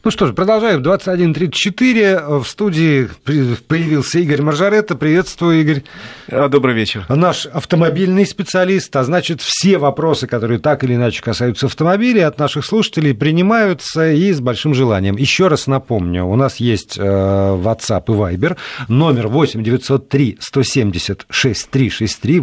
Ну что ж, продолжаем. 21:34. В студии появился Игорь Маржаретта. Приветствую, Игорь. Добрый вечер. Наш автомобильный специалист. А значит, все вопросы, которые так или иначе касаются автомобилей, от наших слушателей принимаются и с большим желанием. Еще раз напомню, у нас есть WhatsApp и Viber. Номер 8-903-170-6363.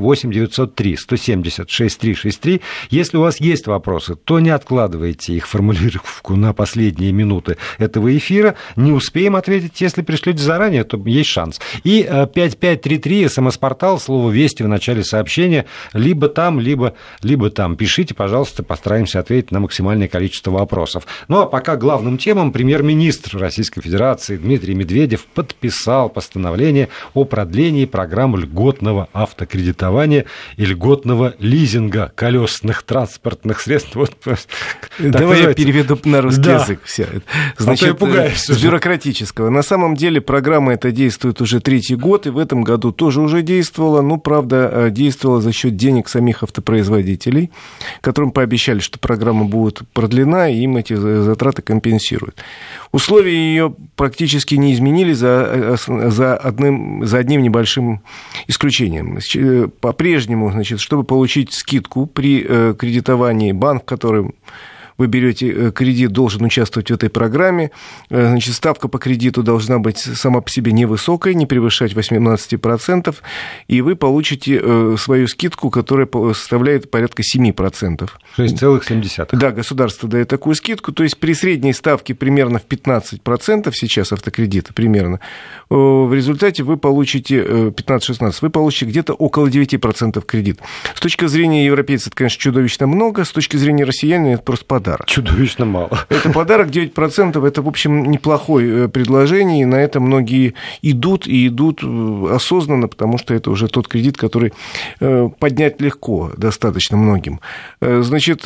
8-903-170-6363. Если у вас есть вопросы, то не откладывайте их формулировку на последние минуты этого эфира. Не успеем ответить, если пришлете заранее, то есть шанс. И 5533, СМС-портал, слово «Вести» в начале сообщения. Либо там, либо там. Пишите, пожалуйста, постараемся ответить на максимальное количество вопросов. Ну, а пока главным темам премьер-министр Российской Федерации Дмитрий Медведев подписал постановление о продлении программы льготного автокредитования и льготного лизинга колесных транспортных средств. Вот, давай я переведу на русский язык. Все. Значит, с бюрократического. На самом деле программа эта действует уже 3-й год, и в этом году тоже уже действовала. Ну, правда, действовала за счет денег самих автопроизводителей, которым пообещали, что программа будет продлена, и им эти затраты компенсируют. Условия ее практически не изменились за одним небольшим исключением. По-прежнему, значит, чтобы получить скидку при кредитовании, банк, в котором вы берете кредит, должен участвовать в этой программе. Значит, ставка по кредиту должна быть сама по себе невысокой, не превышать 18%, и вы получите свою скидку, которая составляет порядка 7%. 6,7%. Да, государство дает такую скидку. То есть при средней ставке примерно в 15% сейчас автокредита, примерно, в результате вы получите 15-16%, вы получите где-то около 9% кредит. С точки зрения европейцев, это, конечно, чудовищно много, с точки зрения россиян, это просто подарок. Чудовищно мало. Это подарок, 9%, это, в общем, неплохое предложение, и на это многие идут, и идут осознанно, потому что это уже тот кредит, который поднять легко достаточно многим. Значит,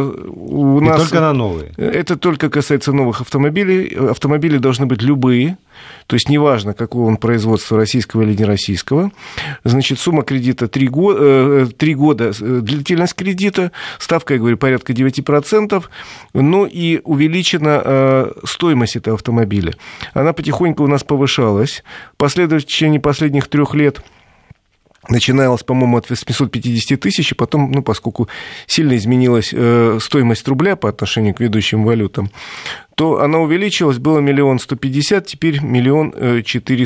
у нас... Не только на новые. Это только касается новых автомобилей. Автомобили должны быть любые, то есть неважно, какого он производства, российского или нероссийского. Значит, сумма кредита 3 года длительность кредита, ставка, я говорю, порядка 9%, ну и увеличена стоимость этого автомобиля. Она потихоньку у нас повышалась. В течение последних 3 лет начиналось, по-моему, от 850 тысяч, и потом, ну, поскольку сильно изменилась стоимость рубля по отношению к ведущим валютам, то она увеличилась, было 1 150 000, теперь 1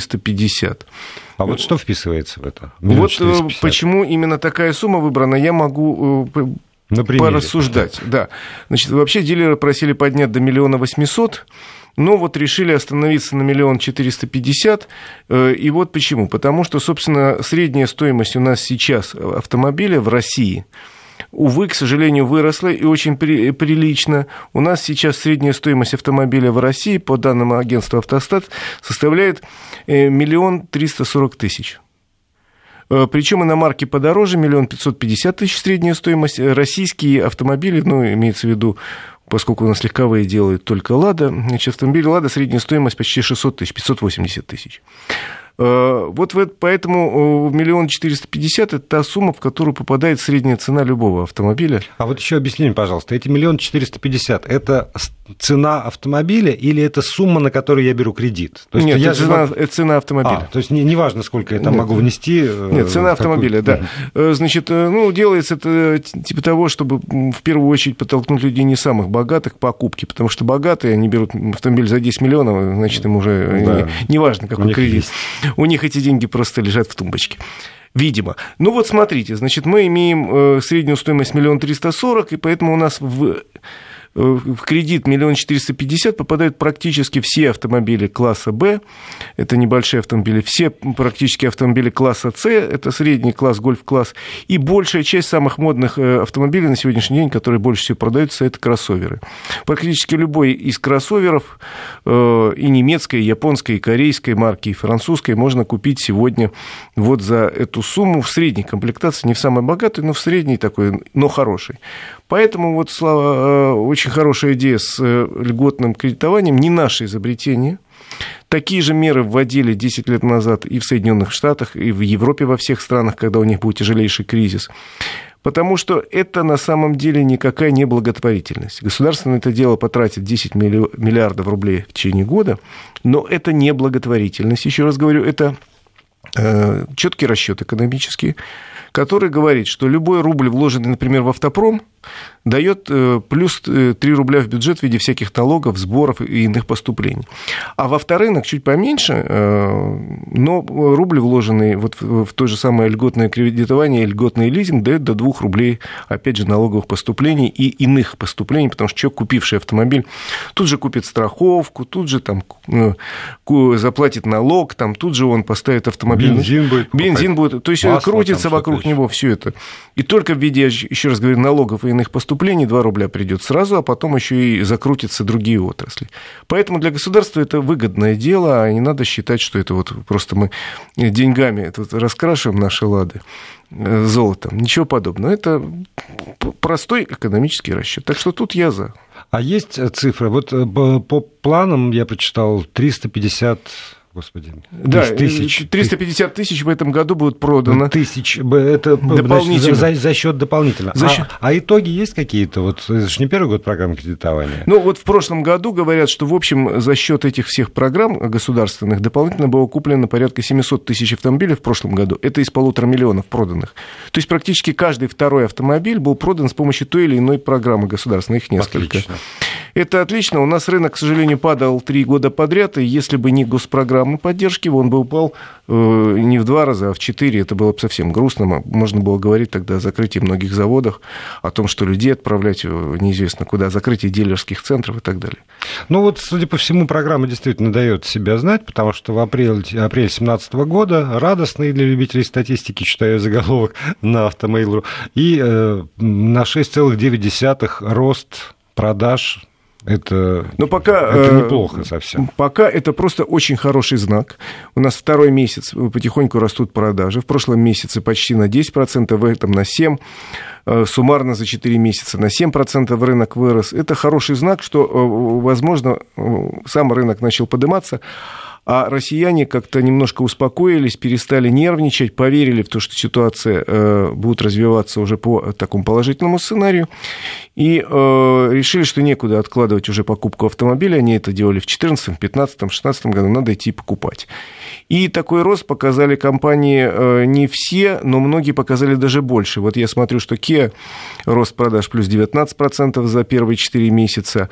450 000. А вот что вписывается в это? Вот почему именно такая сумма выбрана, я могу порассуждать. Да. Значит, вообще дилеры просили поднять до 1 800 000, но вот решили остановиться на 1 450 000. И вот почему. Потому что, собственно, средняя стоимость у нас сейчас автомобиля в России, увы, к сожалению, выросла и очень прилично. У нас сейчас средняя стоимость автомобиля в России, по данным агентства «Автостат», составляет 1 340 000. Причем иномарки подороже, 1 550 000 средняя стоимость. Российские автомобили, ну, имеется в виду, поскольку у нас легковые делают только «Лада», значит, автомобиль «Лада» средняя стоимость почти 600 000, 580 000. Вот поэтому 1 450 000 – это та сумма, в которую попадает средняя цена любого автомобиля. А вот еще объясни мне, пожалуйста, эти 1 450 000 – это цена автомобиля или это сумма, на которую я беру кредит? То есть нет, это цена автомобиля. То есть не важно, сколько я там могу внести. Нет, цена автомобиля, да. Значит, ну, делается это типа того, чтобы в первую очередь подтолкнуть людей не самых богатых к покупке, потому что богатые, они берут автомобиль за 10 миллионов, значит, им уже не важно, какой кредит. У них эти деньги просто лежат в тумбочке. Видимо. Ну вот смотрите, значит, мы имеем среднюю стоимость 1 340 000, и поэтому у нас в кредит 1 450 000 попадают практически все автомобили класса «Б», это небольшие автомобили, все практически автомобили класса «С», это средний класс, гольф-класс, и большая часть самых модных автомобилей на сегодняшний день, которые больше всего продаются, это кроссоверы. Практически любой из кроссоверов, и немецкой, и японской, и корейской марки, и французской, можно купить сегодня вот за эту сумму в средней комплектации, не в самой богатой, но в средней такой, но хорошей. Поэтому вот, Слава, очень хорошая идея с льготным кредитованием, не наше изобретение. Такие же меры вводили 10 лет назад и в Соединенных Штатах, и в Европе во всех странах, когда у них был тяжелейший кризис. Потому что это на самом деле никакая не благотворительность. Государство на это дело потратит 10 миллиардов рублей в течение года, но это не благотворительность. Еще раз говорю, это четкий расчет экономический, который говорит, что любой рубль, вложенный, например, в автопром, дает плюс 3 рубля в бюджет в виде всяких налогов, сборов и иных поступлений. А в авторынок чуть поменьше, но рубль, вложенный вот в то же самое льготное кредитование, льготный лизинг, дает до 2 рублей, опять же, налоговых поступлений и иных поступлений, потому что человек, купивший автомобиль, тут же купит страховку, тут же там заплатит налог, там тут же он поставит автомобиль. Бензин будет. То есть крутится вокруг него все это. И только в виде, еще раз говорю, налогов и иных поступлений 2 рубля придет сразу, а потом еще и закрутятся другие отрасли. Поэтому для государства это выгодное дело, а не надо считать, что это вот просто мы деньгами тут раскрашиваем наши лады золотом. Ничего подобного. Это простой экономический расчет. Так что тут я за. А есть цифры? Вот по планам я почитал 350... Господи, да, 350 тысяч в этом году будут продано. Тысяч, это дополнительно. За счет дополнительно. А итоги есть какие-то? Вот, это же не первый год программы кредитования. Ну, вот в прошлом году говорят, что, в общем, за счет этих всех программ государственных дополнительно было куплено порядка 700 тысяч автомобилей в прошлом году. Это из 1,5 миллиона проданных. То есть практически каждый второй автомобиль был продан с помощью той или иной программы государственной. Их несколько. Отлично. Это отлично. У нас рынок, к сожалению, падал 3 года подряд, и если бы не госпрограммы поддержки, он бы упал не в 2 раза, а в 4. Это было бы совсем грустно. Можно было говорить тогда о закрытии многих заводов, о том, что людей отправлять неизвестно куда, о закрытии дилерских центров и так далее. Ну вот, судя по всему, программа действительно дает себя знать, потому что в апреле 2017 года радостный для любителей статистики, читаю заголовок на Автомейл.ру, и на 6,9 рост продаж. Это неплохо совсем. Пока это просто очень хороший знак. У нас второй месяц потихоньку растут продажи. В прошлом месяце почти на 10%, в этом на 7%. Суммарно за 4 месяца на 7% рынок вырос. Это хороший знак, что, возможно, сам рынок начал подниматься. А россияне как-то немножко успокоились, перестали нервничать, поверили в то, что ситуация будет развиваться уже по такому положительному сценарию, и решили, что некуда откладывать уже покупку автомобиля. Они это делали в 2014, 2015, 2016 году, надо идти покупать. И такой рост показали компании не все, но многие показали даже больше. Вот я смотрю, что Kia рост продаж плюс 19% за первые 4 месяца,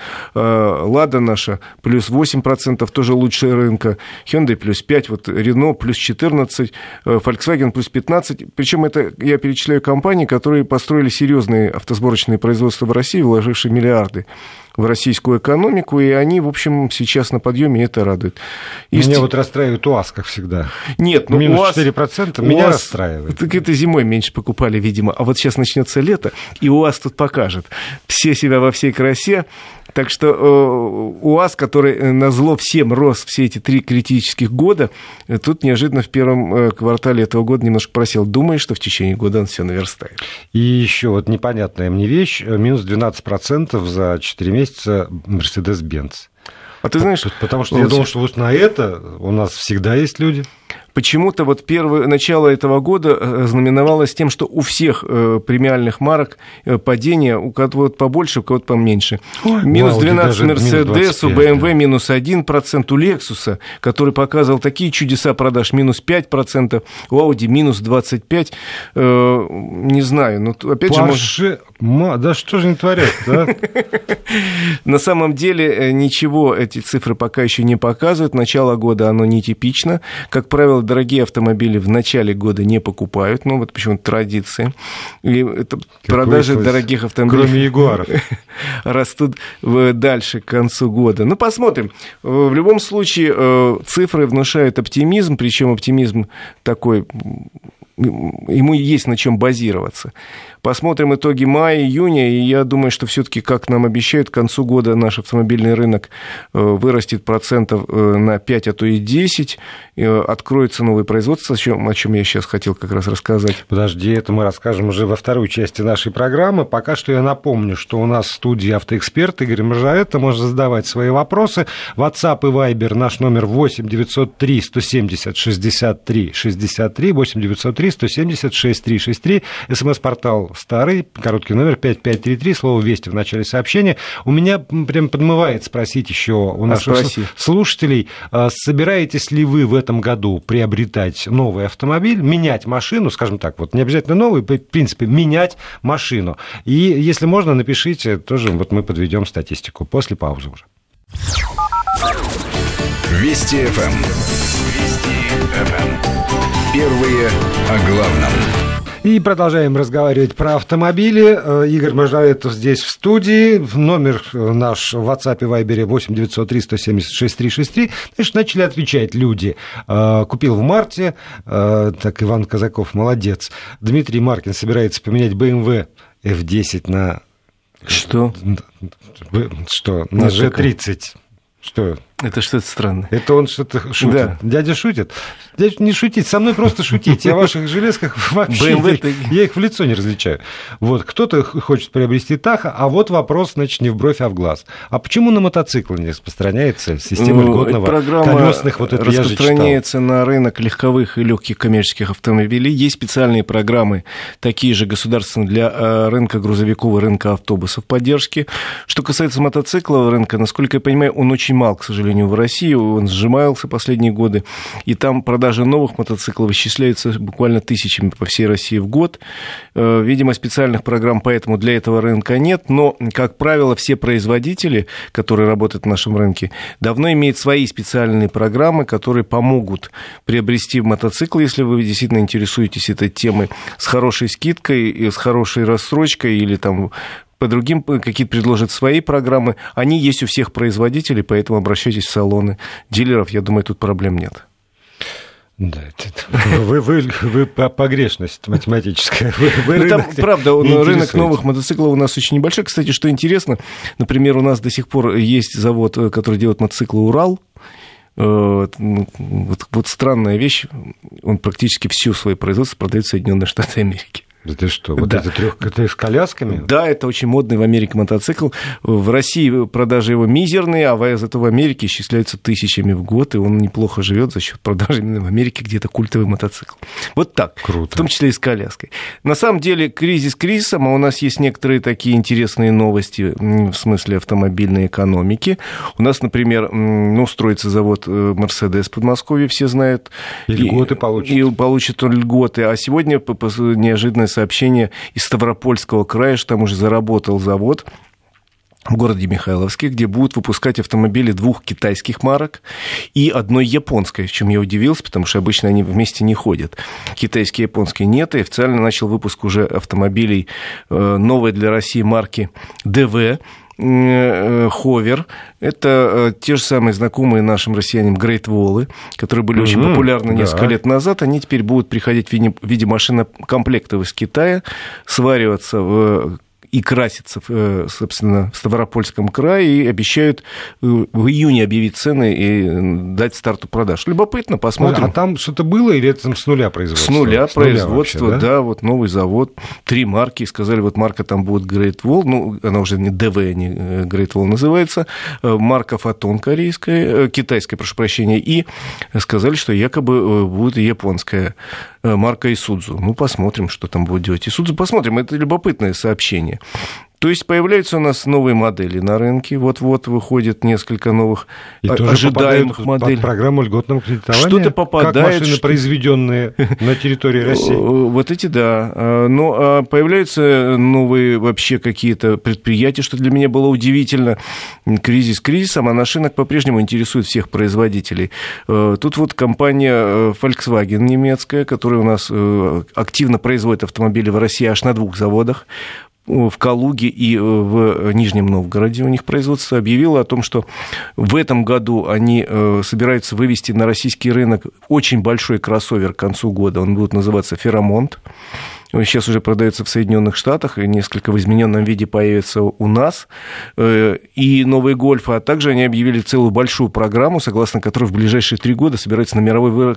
Lada наша плюс 8%, тоже лучше рынка, Hyundai плюс 5%, вот Renault плюс 14%, Volkswagen плюс 15%. Причем это я перечисляю компании, которые построили серьезные автосборочные производства в России, вложившие миллиарды в российскую экономику, и они, в общем, сейчас на подъеме, и это радует. Меня вот расстраивает УАЗ, как всегда. Нет, ну минус УАЗ, 4% меня расстраивает. Так это зимой меньше покупали, видимо. А вот сейчас начнется лето, и УАЗ тут покажет все себя во всей красе. Так что УАЗ, который назло всем рос все эти 3 критических года, тут неожиданно в первом квартале этого года немножко просел. Думаю, что в течение года он все наверстает. И еще вот непонятная мне вещь. Минус 12% за 4 месяца Mercedes-Benz. А ты знаешь... Потому что я думал, что вот на это у нас всегда есть люди. Почему-то вот начало этого года знаменовалось тем, что у всех премиальных марок падение, у кого-то побольше, у кого-то поменьше. Минус 12 Mercedes, у BMW минус 1%, у Lexus, который показывал такие чудеса продаж, минус 5%, у Audi минус 25%. Не знаю, но опять же... Да что же они творят-то, а? На самом деле ничего эти цифры пока еще не показывают. Начало года оно нетипично. Как правило, дорогие автомобили в начале года не покупают. Ну, вот почему-то традиция. И это продажи дорогих автомобилей... Кроме Ягуаров. Растут дальше к концу года. Ну, посмотрим. В любом случае, цифры внушают оптимизм, причем оптимизм такой... Ему есть на чем базироваться. Посмотрим итоги мая, июня, и я думаю, что все-таки, как нам обещают, к концу года наш автомобильный рынок вырастет процентов на 5, а то и 10, откроется новое производство, о чем я сейчас хотел как раз рассказать. Подожди, это мы расскажем уже во второй части нашей программы. Пока что я напомню, что у нас в студии автоэксперт Игорь Маржаретта. Можно задавать свои вопросы. WhatsApp и Viber наш номер 8 903 170 63 63, 8 903 170 63 63, СМС-портал набрал старый, короткий номер 5533, слово «Вести» в начале сообщения. У меня прям подмывает спросить еще у наших слушателей, собираетесь ли вы в этом году приобретать новый автомобиль, менять машину, скажем так, вот не обязательно новый, в принципе, менять машину. И если можно, напишите, тоже вот мы подведем статистику после паузы уже. Вести ФМ. Первые о главном. И продолжаем разговаривать про автомобили. Игорь Можаветов здесь в студии. Номер наш в WhatsApp и Viber 8 903 176 363. Значит, начали отвечать люди. Купил в марте. Так, Иван Казаков, молодец. Дмитрий Маркин собирается поменять BMW F10 на... Что? Что? На G30. Что? Это что-то странное. Это он что-то шутит. Да. Дядя шутит? Дядя, не шутить, со мной просто шутить. Я в ваших железках вообще, я их в лицо не различаю. Вот, кто-то хочет приобрести Таха, а вот вопрос, значит, не в бровь, а в глаз. А почему на мотоциклы не распространяется система льготного колесных? Вот это распространяется на рынок легковых и легких коммерческих автомобилей. Есть специальные программы, такие же государственные, для рынка грузовиков и рынка автобусов поддержки. Что касается мотоциклового рынка, насколько я понимаю, он очень мал, к сожалению, в России, он сжимался последние годы, и там продажи новых мотоциклов исчисляются буквально тысячами по всей России в год. Видимо, специальных программ поэтому для этого рынка нет, но, как правило, все производители, которые работают в нашем рынке, давно имеют свои специальные программы, которые помогут приобрести мотоцикл, если вы действительно интересуетесь этой темой, с хорошей скидкой, с хорошей рассрочкой или там по другим какие-то предложат свои программы. Они есть у всех производителей, поэтому обращайтесь в салоны дилеров. Я думаю, тут проблем нет. Да, вы погрешность математическая. Там, правда, рынок новых мотоциклов у нас очень небольшой. Кстати, что интересно, например, у нас до сих пор есть завод, который делает мотоциклы «Урал». Вот странная вещь, он практически всю свое производство продает в Соединенные Штаты Америки. Это что, вот это с колясками? Да, это очень модный в Америке мотоцикл. В России продажи его мизерные, а зато в Америке исчисляются тысячами в год, и он неплохо живет за счет продажи именно в Америке, где это культовый мотоцикл. Вот так. Круто. В том числе и с коляской. На самом деле, кризис кризисом, а у нас есть некоторые такие интересные новости в смысле автомобильной экономики. У нас, например, строится завод «Мерседес» в Подмосковье, все знают. И льготы получит. И получит он льготы. А сегодня неожиданно сообщение из Ставропольского края, что там уже заработал завод в городе Михайловске, где будут выпускать автомобили 2 китайских марок и одной японской, в чем я удивился, потому что обычно они вместе не ходят. Китайские и японские нет, и официально начал выпуск уже автомобилей новой для России марки ДВ, Ховер. Это те же самые знакомые нашим россиянам Great Wall, которые были очень популярны несколько лет назад. Они теперь будут приходить в виде машинокомплектов из Китая, свариваться и краситься, собственно, в Ставропольском крае, и обещают в июне объявить цены и дать старту продаж. Любопытно, посмотрим. А там что-то было или это там с нуля производства? С нуля производства, вообще, да, вот новый завод, 3 марки, сказали, вот марка там будет Great Wall, она уже не DV, не Great Wall называется, марка Фотон китайская, прошу прощения, и сказали, что якобы будет японская марка Исудзу. Посмотрим, что там будет делать Исудзу. Посмотрим, это любопытное сообщение. То есть появляются у нас новые модели на рынке. Вот-вот выходит несколько новых ожидаемых моделей. Под программу льготного кредитования? Что-то попадает. Как машины, произведенные на территории России? Вот эти, да. Но появляются новые вообще какие-то предприятия, что для меня было удивительно. Кризис кризисом, а наш рынок по-прежнему интересует всех производителей. Тут вот компания Volkswagen немецкая, которая у нас активно производит автомобили в России аж на 2 заводах. В Калуге и в Нижнем Новгороде у них производство, объявило о том, что в этом году они собираются вывести на российский рынок очень большой кроссовер к концу года. Он будет называться «Феррамонт». Он сейчас уже продается в Соединенных Штатах, и несколько в измененном виде появится у нас. И новые «Гольфы». А также они объявили целую большую программу, согласно которой в ближайшие 3 года собираются на мировой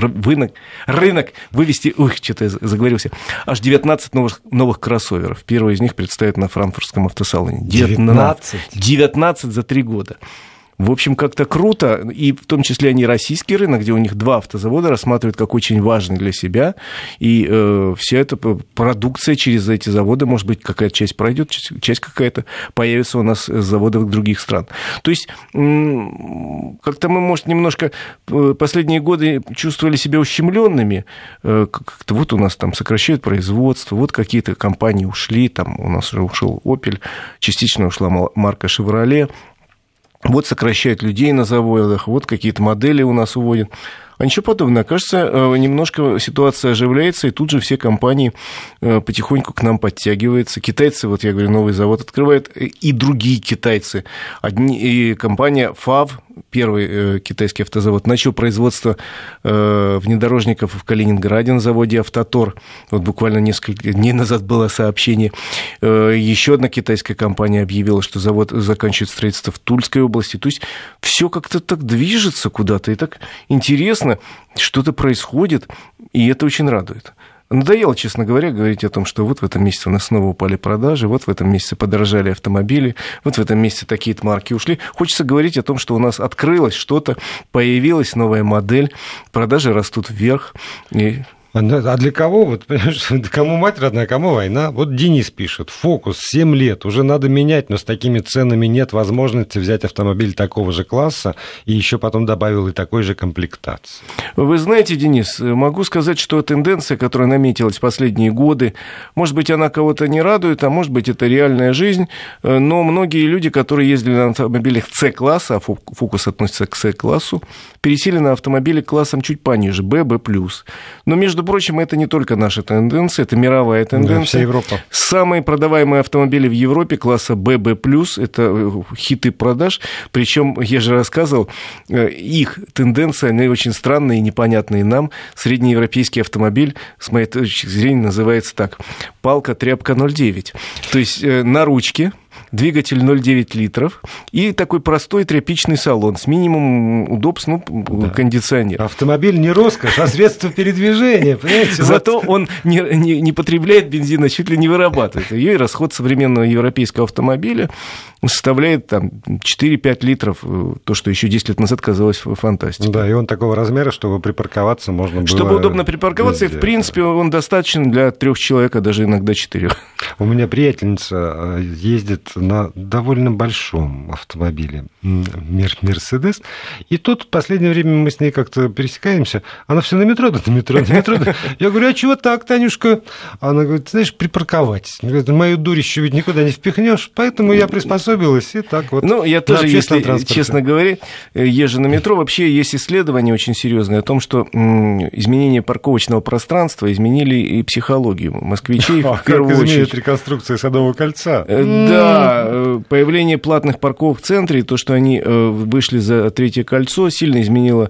рынок вывести, что-то я заговорился, аж 19 новых кроссоверов. Первый из них представят на франкфуртском автосалоне. 19 за 3 года. В общем, как-то круто, и в том числе они российский рынок, где у них 2 автозавода рассматривают как очень важный для себя, и вся эта продукция через эти заводы, может быть, какая-то часть пройдет, часть какая-то появится у нас с заводов других стран. То есть как-то мы, может, немножко последние годы чувствовали себя ущемленными, как-то вот у нас там сокращают производство, вот какие-то компании ушли, там у нас уже ушел Opel, частично ушла марка Chevrolet. Вот сокращают людей на заводах, вот какие-то модели у нас уводят. А ничего подобного. Кажется, немножко ситуация оживляется, и тут же все компании потихоньку к нам подтягиваются. Китайцы, вот я говорю, новый завод открывают, и другие китайцы. И компания FAW, первый китайский автозавод, начал производство внедорожников в Калининграде на заводе «Автотор». Вот буквально несколько дней назад было сообщение. Еще одна китайская компания объявила, что завод заканчивает строительство в Тульской области. То есть все как-то так движется куда-то, и так интересно, что-то происходит, и это очень радует. Надоело, честно говоря, говорить о том, что вот в этом месяце у нас снова упали продажи, вот в этом месяце подорожали автомобили, вот в этом месяце такие-то марки ушли. Хочется говорить о том, что у нас открылось что-то, появилась новая модель, продажи растут вверх. А для кого, вот, понимаешь, кому мать родная, кому война? Вот Денис пишет, Фокус 7 лет, уже надо менять, но с такими ценами нет возможности взять автомобиль такого же класса, и еще потом добавил и такой же комплектации. Вы знаете, Денис, могу сказать, что тенденция, которая наметилась в последние годы, может быть, она кого-то не радует, а может быть, это реальная жизнь, но многие люди, которые ездили на автомобилях С-класса, а Фокус относится к С-классу, пересели на автомобили классом чуть пониже, Б, Б+. Но, между прочим, это не только наша тенденция, это мировая тенденция. Да, вся Европа. Самые продаваемые автомобили в Европе класса Б, Б+, это хиты продаж. Причем, я же рассказывал, их тенденция, они очень странные и непонятные нам. Среднеевропейский автомобиль, с моей точки зрения, называется так. Палка, тряпка 0,9. То есть на ручке. Двигатель 0,9 литров и такой простой тряпичный салон с минимумом удобств, кондиционер. Автомобиль не роскошь, а средство передвижения, понимаете? Зато он не потребляет бензина, чуть ли не вырабатывает. Ее и расход современного европейского автомобиля составляет там 4-5 литров, то, что еще 10 лет назад казалось фантастикой. Да, и он такого размера, чтобы припарковаться можно было... Чтобы удобно припарковаться, везде. И, в принципе, он достаточен для 3 человек, а даже иногда 4. У меня приятельница ездит на довольно большом автомобиле Мерседес, и тут в последнее время мы с ней как-то пересекаемся, она все на метро. Я говорю, а чего так, Танюшка? Она говорит, знаешь, припарковать. Мою дурищу ведь никуда не впихнешь, поэтому я приспособилась, и так вот. Ну, я тоже, если честно говоря, езжу на метро. Вообще есть исследования очень серьезные о том, что изменение парковочного пространства изменили и психологию москвичей в первую очередь. Изменит реконструкция Садового кольца. Да, появление платных парковок в центре, то, что они вышли за Третье кольцо, сильно изменило,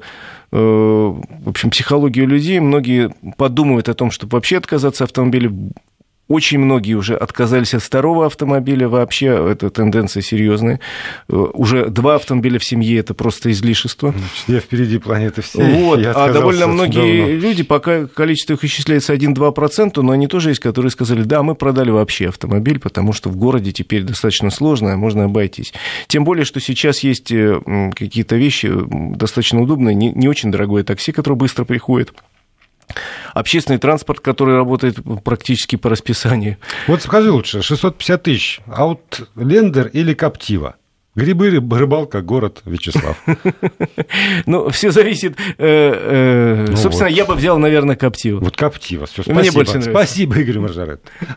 в общем, психологию людей. Многие подумывают о том, чтобы вообще отказаться от автомобиля. Очень многие уже отказались от второго автомобиля вообще, это тенденция серьезная. Уже 2 автомобиля в семье – это просто излишество. Я впереди планеты всей. Вот. А довольно многие люди, пока количество их исчисляется 1-2%, но они тоже есть, которые сказали, да, мы продали вообще автомобиль, потому что в городе теперь достаточно сложно, можно обойтись. Тем более, что сейчас есть какие-то вещи достаточно удобные, не очень дорогое такси, которое быстро приходит. Общественный транспорт, который работает практически по расписанию. Вот скажи лучше, 650 тысяч, Аутлендер или Коптива? Грибы, рыбалка, город, Вячеслав. Ну, все зависит. Собственно, я бы взял, наверное, Коптиву. Вот Коптива. Все, спасибо. Мне больше нравится. Спасибо, Игорь Маржарет.